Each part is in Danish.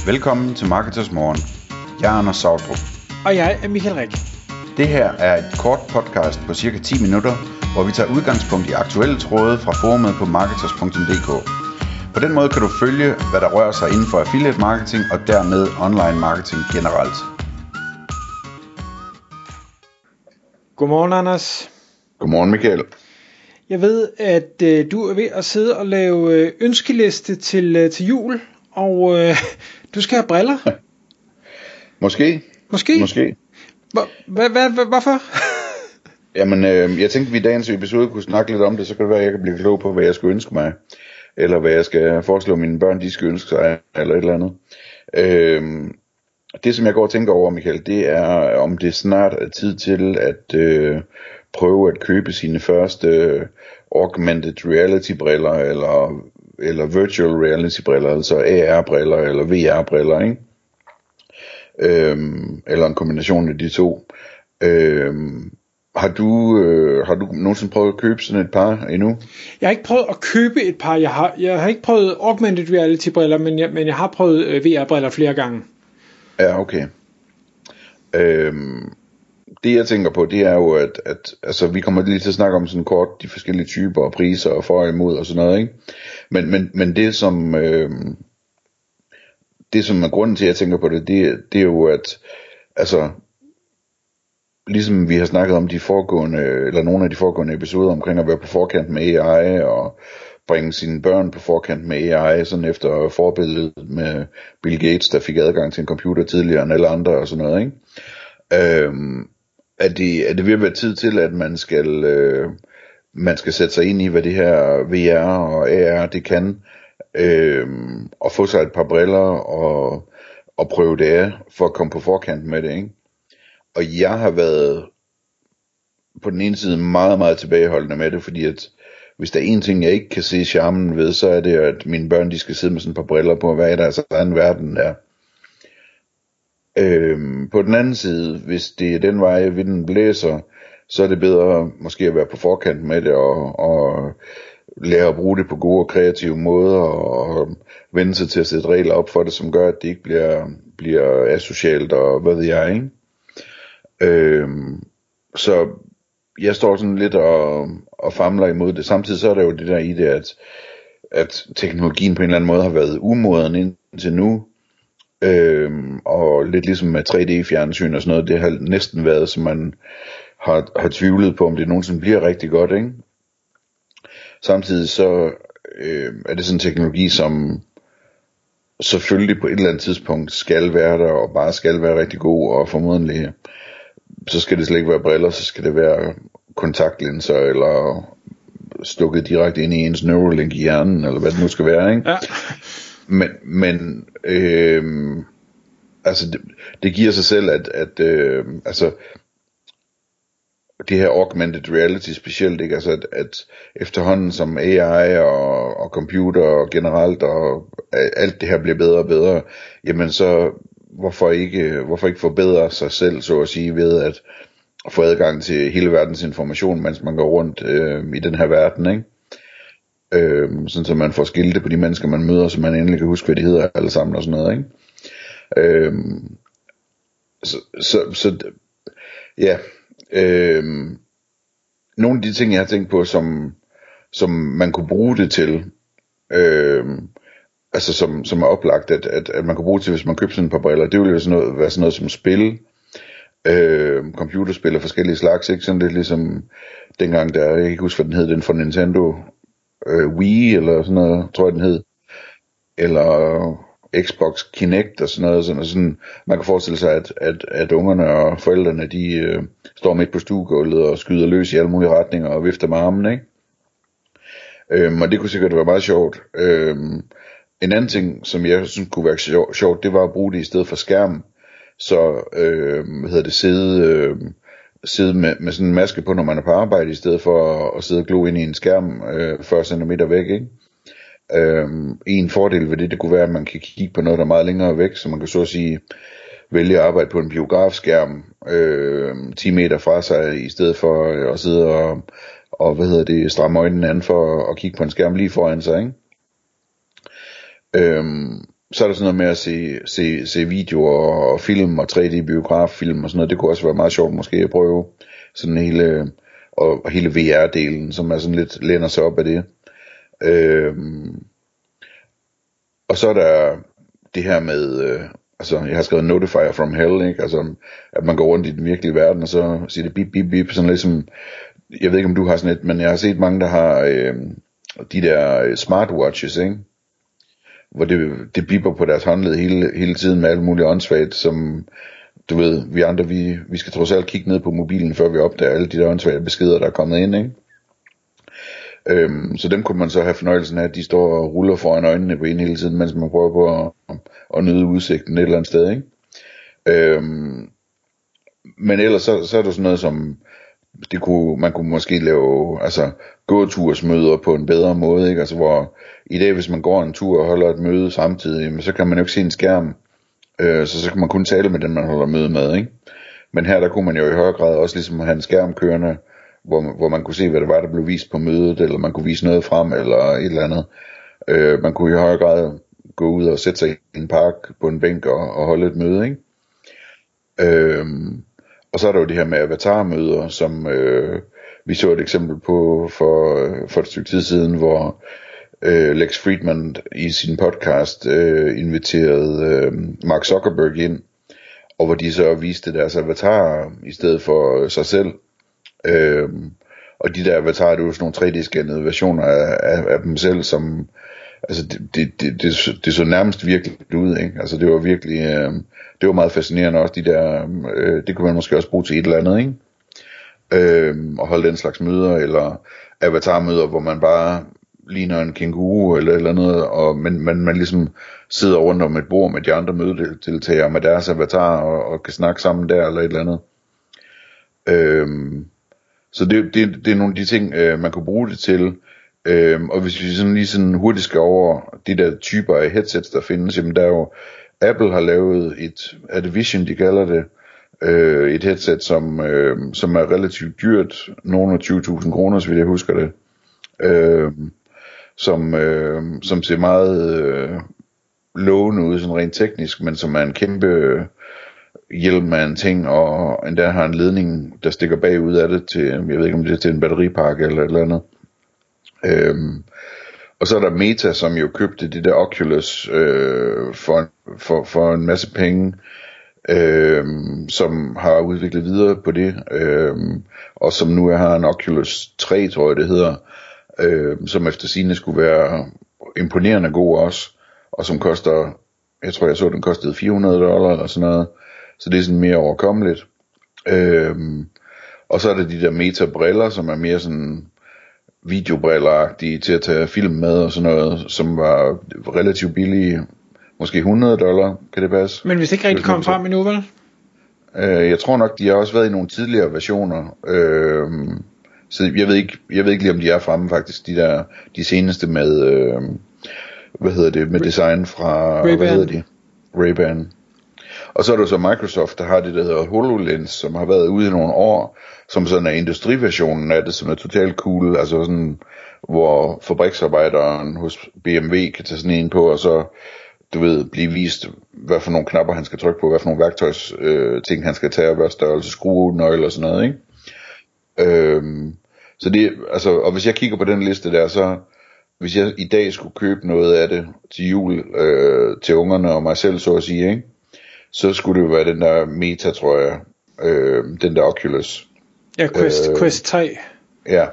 Velkommen til Marketers Morgen. Jeg er Anders Sautrup. Og jeg er Michael Rik. Det her er et kort podcast på cirka 10 minutter, hvor vi tager udgangspunkt i aktuelle tråde fra forumet på marketers.dk. På den måde kan du følge, hvad der rører sig inden for affiliate marketing og dermed online marketing generelt. Godmorgen, Anders. Godmorgen, Michael. Jeg ved, at du er ved at sidde og lave ønskeliste til jul, og du skal have briller. Måske. Hvorfor? Jamen, jeg tænkte, at vi i dagens episode kunne snakke lidt om det, så kan det være, at jeg kan blive klog på, hvad jeg skulle ønske mig. Eller hvad jeg skal foreslå mine børn, de skal ønske sig, eller et eller andet. Det, som jeg går og tænker over, Michael, det er, om det snart er tid til at prøve at købe sine første augmented reality briller, eller virtual reality briller, altså AR-briller eller VR-briller, ikke? Eller en kombination af de to. Har du nogensinde prøvet at købe sådan et par endnu? Jeg har ikke prøvet at købe et par. Jeg har ikke prøvet augmented reality briller, men jeg har prøvet VR-briller flere gange. Ja, okay. Det jeg tænker på, det er jo, at altså, vi kommer lige til at snakke om sådan kort de forskellige typer og priser og for og imod og sådan noget, ikke? Men det som er grunden til at jeg tænker på det er jo at altså ligesom vi har snakket om de foregående eller nogle af de foregående episoder omkring at være på forkant med AI og bringe sine børn på forkant med AI, sådan efter forbilledet med Bill Gates, der fik adgang til en computer tidligere end alle andre og sådan noget, ikke? Er det ved at være tid til, at man skal sætte sig ind i, hvad det her VR og AR det kan, og få sig et par briller og prøve det af, for at komme på forkant med det, ikke? Og jeg har været på den ene side meget, meget tilbageholdende med det, fordi at hvis der er en ting, jeg ikke kan se charmen ved, så er det, at mine børn, de skal sidde med sådan et par briller på, hvad er der altså en verden der. På den anden side, hvis det er den vej, vinden blæser, så er det bedre måske at være på forkant med det, og lære at bruge det på gode og kreative måder, og vende sig til at sætte regler op for det, som gør, at det ikke bliver asocialt, og hvad ved jeg, ikke? Så jeg står sådan lidt og famler imod det. Samtidig så er der jo det der i det, at teknologien på en eller anden måde har været umoden indtil nu. Og lidt ligesom med 3D-fjernsyn og sådan noget, det har næsten været, som man har tvivlet på, om det nogensinde bliver rigtig godt, ikke? Samtidig så er det sådan en teknologi, som selvfølgelig på et eller andet tidspunkt skal være der, og bare skal være rigtig god, og formodentlig så skal det slet ikke være briller, så skal det være kontaktlinser, eller stukket direkte ind i ens Neuralink i hjernen, eller hvad det nu skal være, ikke? Ja. Men altså det giver sig selv, at altså det her augmented reality specielt, ikke? Altså at efterhånden som AI og computer og generelt og alt det her bliver bedre og bedre, jamen så hvorfor ikke forbedre sig selv, så at sige, ved at få adgang til hele verdens information, mens man går rundt i den her verden, ikke? Sådan så man får skilte på de mennesker man møder, så man endelig kan huske hvad de hedder alle sammen og sådan noget, ikke? Så ja, nogle af de ting jeg har tænkt på, som man kunne bruge det til, altså som er oplagt at man kunne bruge til, hvis man køber sådan et par briller, det ville være sådan noget som spil, computerspil af forskellige slags, ikke? Sådan lidt ligesom dengang der, jeg kan ikke huske hvad den hed, den fra Nintendo, Wii eller sådan noget, tror jeg den hed, eller Xbox Kinect og sådan noget, sådan man kan forestille sig at ungerne og forældrene, de står midt på stuegulvet og skyder løs i alle mulige retninger og vifter med armen, ikke? Og det kunne sikkert være meget sjovt. En anden ting som jeg synes kunne være sjovt, det var at bruge det i stedet for skærm, så sidde med sådan en maske på, når man er på arbejde, i stedet for at sidde og glo ind i en skærm 40 cm væk, ikke? En fordel ved det kunne være, at man kan kigge på noget, der er meget længere væk, så man kan så at sige vælge at arbejde på en biografskærm 10 meter fra sig, i stedet for at sidde og stramme øjnene an for at kigge på en skærm lige foran sig, ikke? så er der sådan noget med at se videoer og film og 3D biograffilm og sådan noget. Det kunne også være meget sjovt måske at prøve sådan hele VR-delen, som er sådan lidt læner sig op af det. Og så er der det her med, altså jeg har skrevet Notifier from Hell, ikke? Altså at man går rundt i den virkelige verden, og så siger det bip bip bip, sådan ligesom, jeg ved ikke om du har sådan et, men jeg har set mange, der har de der smartwatches, ikke? Hvor det bipper på deres håndled hele tiden med alle mulige åndssvagt, som du ved, vi andre, vi skal trods alt kigge ned på mobilen, før vi opdager alle de der åndssvage beskeder, der er kommet ind, ikke? Så dem kunne man så have fornøjelsen af, at de står og ruller foran øjnene på en hele tiden, mens man prøver på at nyde udsigten et eller andet sted, ikke? Men ellers så er der sådan noget som, man kunne måske lave altså gåtursmøder på en bedre måde, ikke? Altså hvor i dag, hvis man går en tur og holder et møde samtidig, så kan man jo ikke se en skærm, så kan man kun tale med den, man holder møde med, ikke? Men her der kunne man jo i højere grad også ligesom have en skærm kørende, hvor man kunne se, hvad det var, der blev vist på mødet, eller man kunne vise noget frem, eller et eller andet. Man kunne i højere grad gå ud og sætte sig i en park på en bænk og holde et møde, ikke? Og så er der jo det her med avatarmøder, som vi så et eksempel på for et stykke tid siden, hvor Lex Fridman i sin podcast inviterede Mark Zuckerberg ind, og hvor de så viste deres avatarer i stedet for sig selv. Og de der avatarer, det er jo sådan nogle 3D-scannede versioner af dem selv, som altså det så nærmest virkelig ud, ikke? Altså det var virkelig det var meget fascinerende også, de der det kunne man måske også bruge til et eller andet, ikke? Og holde den slags møder, eller avatarmøder, hvor man bare ligner en kænguru eller et eller andet, og man ligesom sidder rundt om et bord med de andre mødedeltagere med deres avatar og kan snakke sammen der eller et eller andet. Så det er nogle af de ting, man kunne bruge det til. Og hvis vi sådan lige sådan hurtigt skal over de der typer af headsets, der findes, jamen der er jo, Apple har lavet er det Vision, de kalder det, et headset, som er relativt dyrt, nogle af 20.000 kroner, så vidt jeg husker det, som ser meget lovende ud, sådan rent teknisk, men som er en kæmpe hjælp af en ting, og endda har en ledning, der stikker bagud af det til, jeg ved ikke om det er til en batteripakke eller et eller andet. Og så er der Meta, som jo købte det der Oculus for en masse penge, som har udviklet videre på det, og som nu har en Oculus 3, tror jeg det hedder, som efter sigende skulle være imponerende god også, og som koster, jeg tror jeg så den kostede $400 eller sådan noget, så det er sådan mere overkommeligt. Og så er der de der Meta-briller, som er mere sådan videobriller-agtige til at tage film med og sådan noget, som var relativt billige, måske $100, kan det passe? Men hvis det ikke rigtig kom frem endnu, vel? Jeg tror nok, de har også været i nogle tidligere versioner, så jeg ved ikke lige om de er fremme faktisk, de seneste med, med design fra, Ray-Ban. Ray-Ban. Og så er der så Microsoft, der har det, der hedder HoloLens, som har været ude i nogle år, som sådan er industriversionen af det, som er totalt cool, altså sådan, hvor fabriksarbejderen hos BMW kan tage sådan en på, og så, du ved, blive vist, hvad for nogle knapper han skal trykke på, hvad for nogle værktøjsting han skal tage, og hvad størrelse skruenøgle og sådan noget, ikke? Så det, altså, og hvis jeg kigger på den liste der, så hvis jeg i dag skulle købe noget af det til jul, til ungerne og mig selv, så at sige, ikke? Så skulle det jo være den der Meta, tror jeg, den der Oculus. Ja, Quest 3. Ja.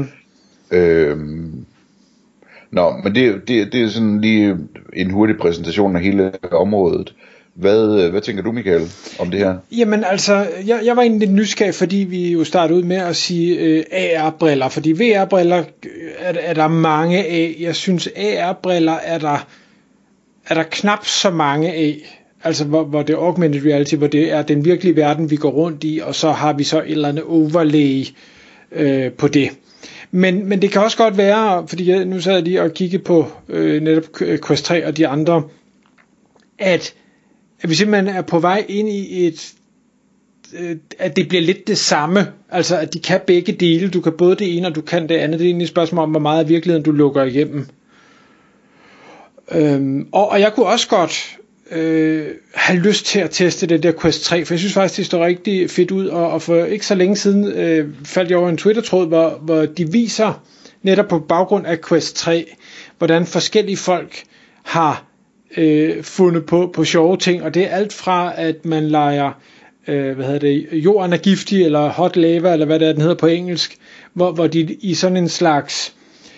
Men det er sådan lige en hurtig præsentation af hele området. Hvad tænker du, Michael, om det her? Jamen altså, jeg var egentlig lidt nysgerrig, fordi vi jo startede ud med at sige AR-briller, fordi VR-briller er der mange af. Jeg synes, AR-briller er der knap så mange af. Altså hvor det er augmented reality, hvor det er den virkelige verden, vi går rundt i, og så har vi så et eller andet overlay på det. Men det kan også godt være, fordi nu sad jeg lige og kiggede på netop Quest 3 og de andre, at vi simpelthen er på vej ind i at det bliver lidt det samme, altså at de kan begge dele, du kan både det ene og du kan det andet, det er egentlig et spørgsmål om, hvor meget af virkeligheden du lukker igennem. Og jeg kunne også godt have lyst til at teste det der Quest 3, for jeg synes faktisk, det står rigtig fedt ud, og for ikke så længe siden faldt jeg over en Twitter-tråd, hvor de viser netop på baggrund af Quest 3, hvordan forskellige folk har fundet på sjove ting, og det er alt fra, at man leger jorden er giftig, eller hot lava, eller hvad det er, den hedder på engelsk, hvor de i sådan en slags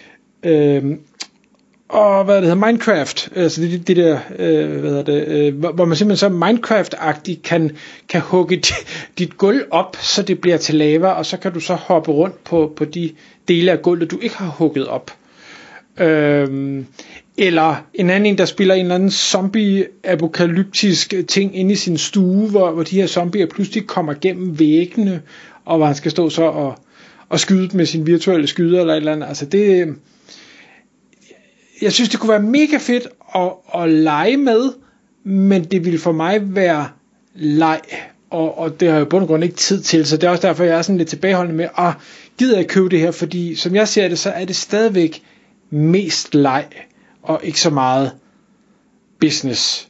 Minecraft, altså det der, hvor man simpelthen så Minecraft-agtigt kan hugge dit gulv op, så det bliver til lava, og så kan du så hoppe rundt på de dele af gulvet, du ikke har hugget op. Eller en anden, der spiller en eller anden zombie-apokalyptisk ting inde i sin stue, hvor de her zombier pludselig kommer gennem væggene, og hvor han skal stå så og skyde med sin virtuelle skyder eller et eller andet. Altså det, jeg synes, det kunne være mega fedt at lege med, men det ville for mig være leg, og det har jeg på grund ikke tid til, så det er også derfor, jeg er sådan lidt tilbageholdende med, gider jeg købe det her, fordi som jeg ser det, så er det stadigvæk mest leg, og ikke så meget business.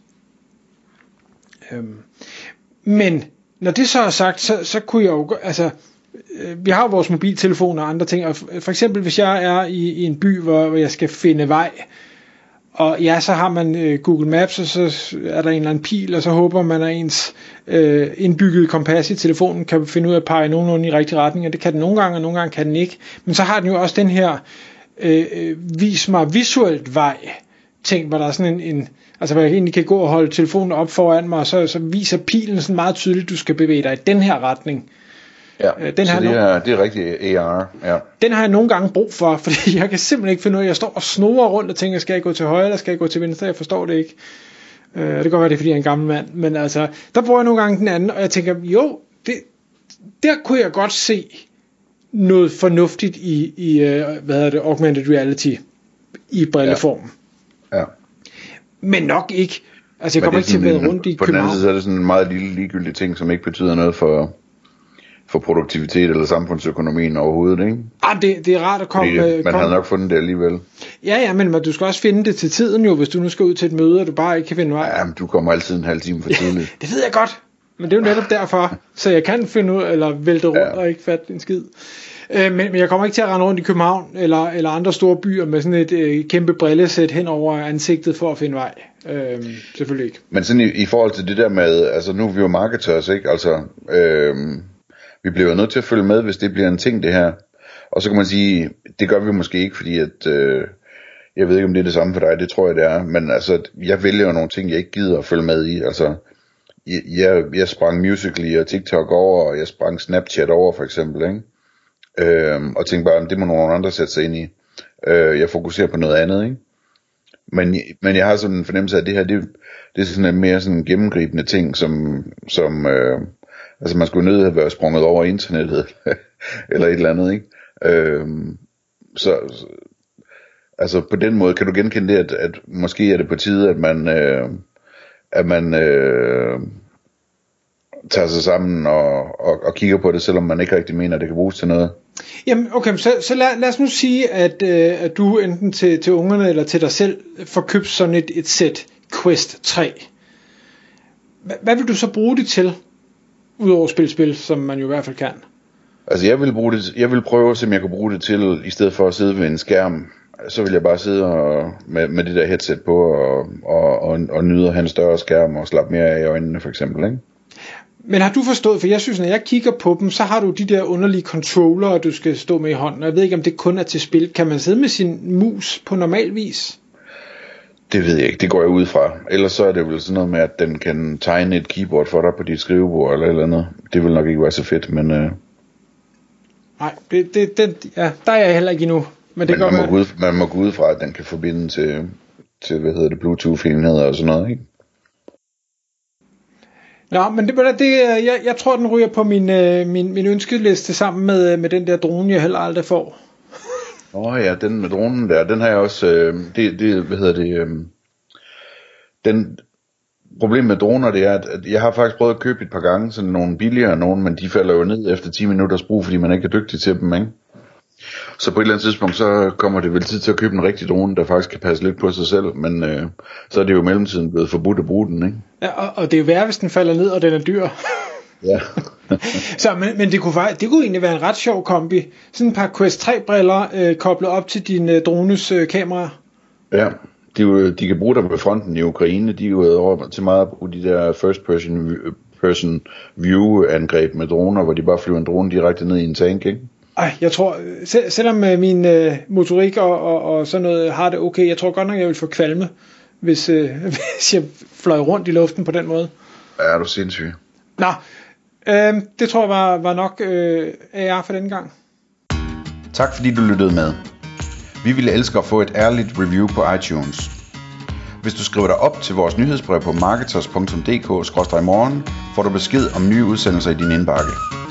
Men når det så er sagt, så kunne jeg jo, altså vi har vores mobiltelefoner og andre ting, og for eksempel hvis jeg er i en by, hvor jeg skal finde vej, og ja, så har man Google Maps, og så er der en eller anden pil, og så håber man, at ens indbyggede kompas i telefonen kan finde ud af at pege nogenlunde i rigtig retning, og det kan den nogle gange, og nogle gange kan den ikke. Men så har den jo også den her vis mig visuelt vej ting, hvor der er sådan en altså hvor jeg egentlig kan gå og holde telefonen op foran mig, og så viser pilen sådan meget tydeligt, du skal bevæge dig i den her retning. Ja, den så det er rigtig AR. Ja. Den har jeg nogle gange brug for, fordi jeg kan simpelthen ikke finde ud af, jeg står og snurrer rundt og tænker, skal jeg gå til højre, eller skal jeg gå til venstre? Jeg forstår det ikke. Det kan godt være, det er, fordi jeg er en gammel mand, men altså, der bruger jeg nogle gange den anden, og jeg tænker, jo, der kunne jeg godt se noget fornuftigt i augmented reality i brilleform. Ja. Men nok ikke. Altså, jeg kommer ikke til at være rundt i København. På den anden side, så er det sådan en meget lille ligegyldig ting, som ikke betyder noget for produktivitet eller samfundsøkonomien overhovedet, ikke? Det er rart at komme. Man har nok fundet det alligevel. Ja, men du skal også finde det til tiden jo, hvis du nu skal ud til et møde, og du bare ikke kan finde vej. Ja, men du kommer altid en halv time for tidligt. Det ved jeg godt, men det er jo netop derfor, så jeg kan finde ud, eller vælte rundt og ikke fatte en skid. Men jeg kommer ikke til at rende rundt i København eller andre store byer med sådan et kæmpe brillesæt hen over ansigtet for at finde vej. Selvfølgelig ikke. Men sådan i forhold til det der med, altså nu er vi jo marketers, ikke? Altså vi bliver nødt til at følge med, hvis det bliver en ting det her. Og så kan man sige, det gør vi måske ikke, fordi at jeg ved ikke om det er det samme for dig, det tror jeg det er. Men altså jeg vælger jo nogle ting jeg ikke gider at følge med i. Altså jeg sprang Musical.ly og TikTok over, og jeg sprang Snapchat over for eksempel, ikke? Og tænkte bare, det må nogle andre sætte sig ind i. Jeg fokuserer på noget andet, ikke? Men jeg har sådan en fornemmelse af, at det her, det er sådan en mere sådan gennemgribende ting, som altså man skulle nødt have været sprunget over internettet, eller et eller andet, ikke? Så altså på den måde, kan du genkende det, at måske er det på tide, at man tager sig sammen og kigger på det, selvom man ikke rigtig mener, at det kan bruges til noget. Jamen okay, så lad os nu sige, at du enten til ungerne eller til dig selv får købt sådan et sæt Quest 3. Hvad vil du så bruge det til, udover at spille spil, som man jo i hvert fald kan? Altså jeg vil prøve at se, om jeg kan bruge det til, i stedet for at sidde ved en skærm, så vil jeg bare sidde med det der headset på og nyde at have en større skærm og slappe mere af i øjnene for eksempel, ikke? Men har du forstået, for jeg synes, når jeg kigger på dem, så har du de der underlige controller, du skal stå med i hånden, og jeg ved ikke, om det kun er til spil. Kan man sidde med sin mus på normal vis? Det ved jeg ikke, det går jeg ud fra. Ellers så er det vel sådan noget med, at den kan tegne et keyboard for dig på dit skrivebord eller et eller andet. Det vil nok ikke være så fedt, men nej, der er jeg heller ikke endnu. Men det man må gå ud fra, at den kan forbinde til Bluetooth-enheder og sådan noget, ikke? Nå, men jeg tror, den ryger på min ønskeliste sammen med den der drone, jeg heller aldrig får. Ja, den med dronen der, den har jeg også, den problem med droner, det er, at jeg har faktisk prøvet at købe et par gange, sådan nogle billigere nogen, men de falder jo ned efter 10 minutters brug, fordi man ikke er dygtig til dem, ikke? Så på et eller andet tidspunkt, så kommer det vel tid til at købe en rigtig drone, der faktisk kan passe lidt på sig selv, men så er det jo i mellemtiden blevet forbudt at bruge den, ikke? Ja, og det er jo værre, hvis den falder ned, og den er dyr. Ja. Men det kunne egentlig være en ret sjov kombi. Sådan et par Quest 3 briller koblet op til din drones kamera. Ja, de kan bruge dig på fronten i Ukraine. De er jo over til meget at bruge de der first person view angreb med droner, hvor de bare flyver en drone direkte ned i en tank, ikke? Ej, jeg tror, selvom min motorik og sådan noget har det okay, jeg tror godt nok, jeg vil få kvalme, hvis jeg fløj rundt i luften på den måde. Ja, er du sindssyg. Nå, det tror jeg var nok AR for denne gang. Tak fordi du lyttede med. Vi ville elske at få et ærligt review på iTunes. Hvis du skriver dig op til vores nyhedsbrev på marketers.dk/morgen, får du besked om nye udsendelser i din indbakke.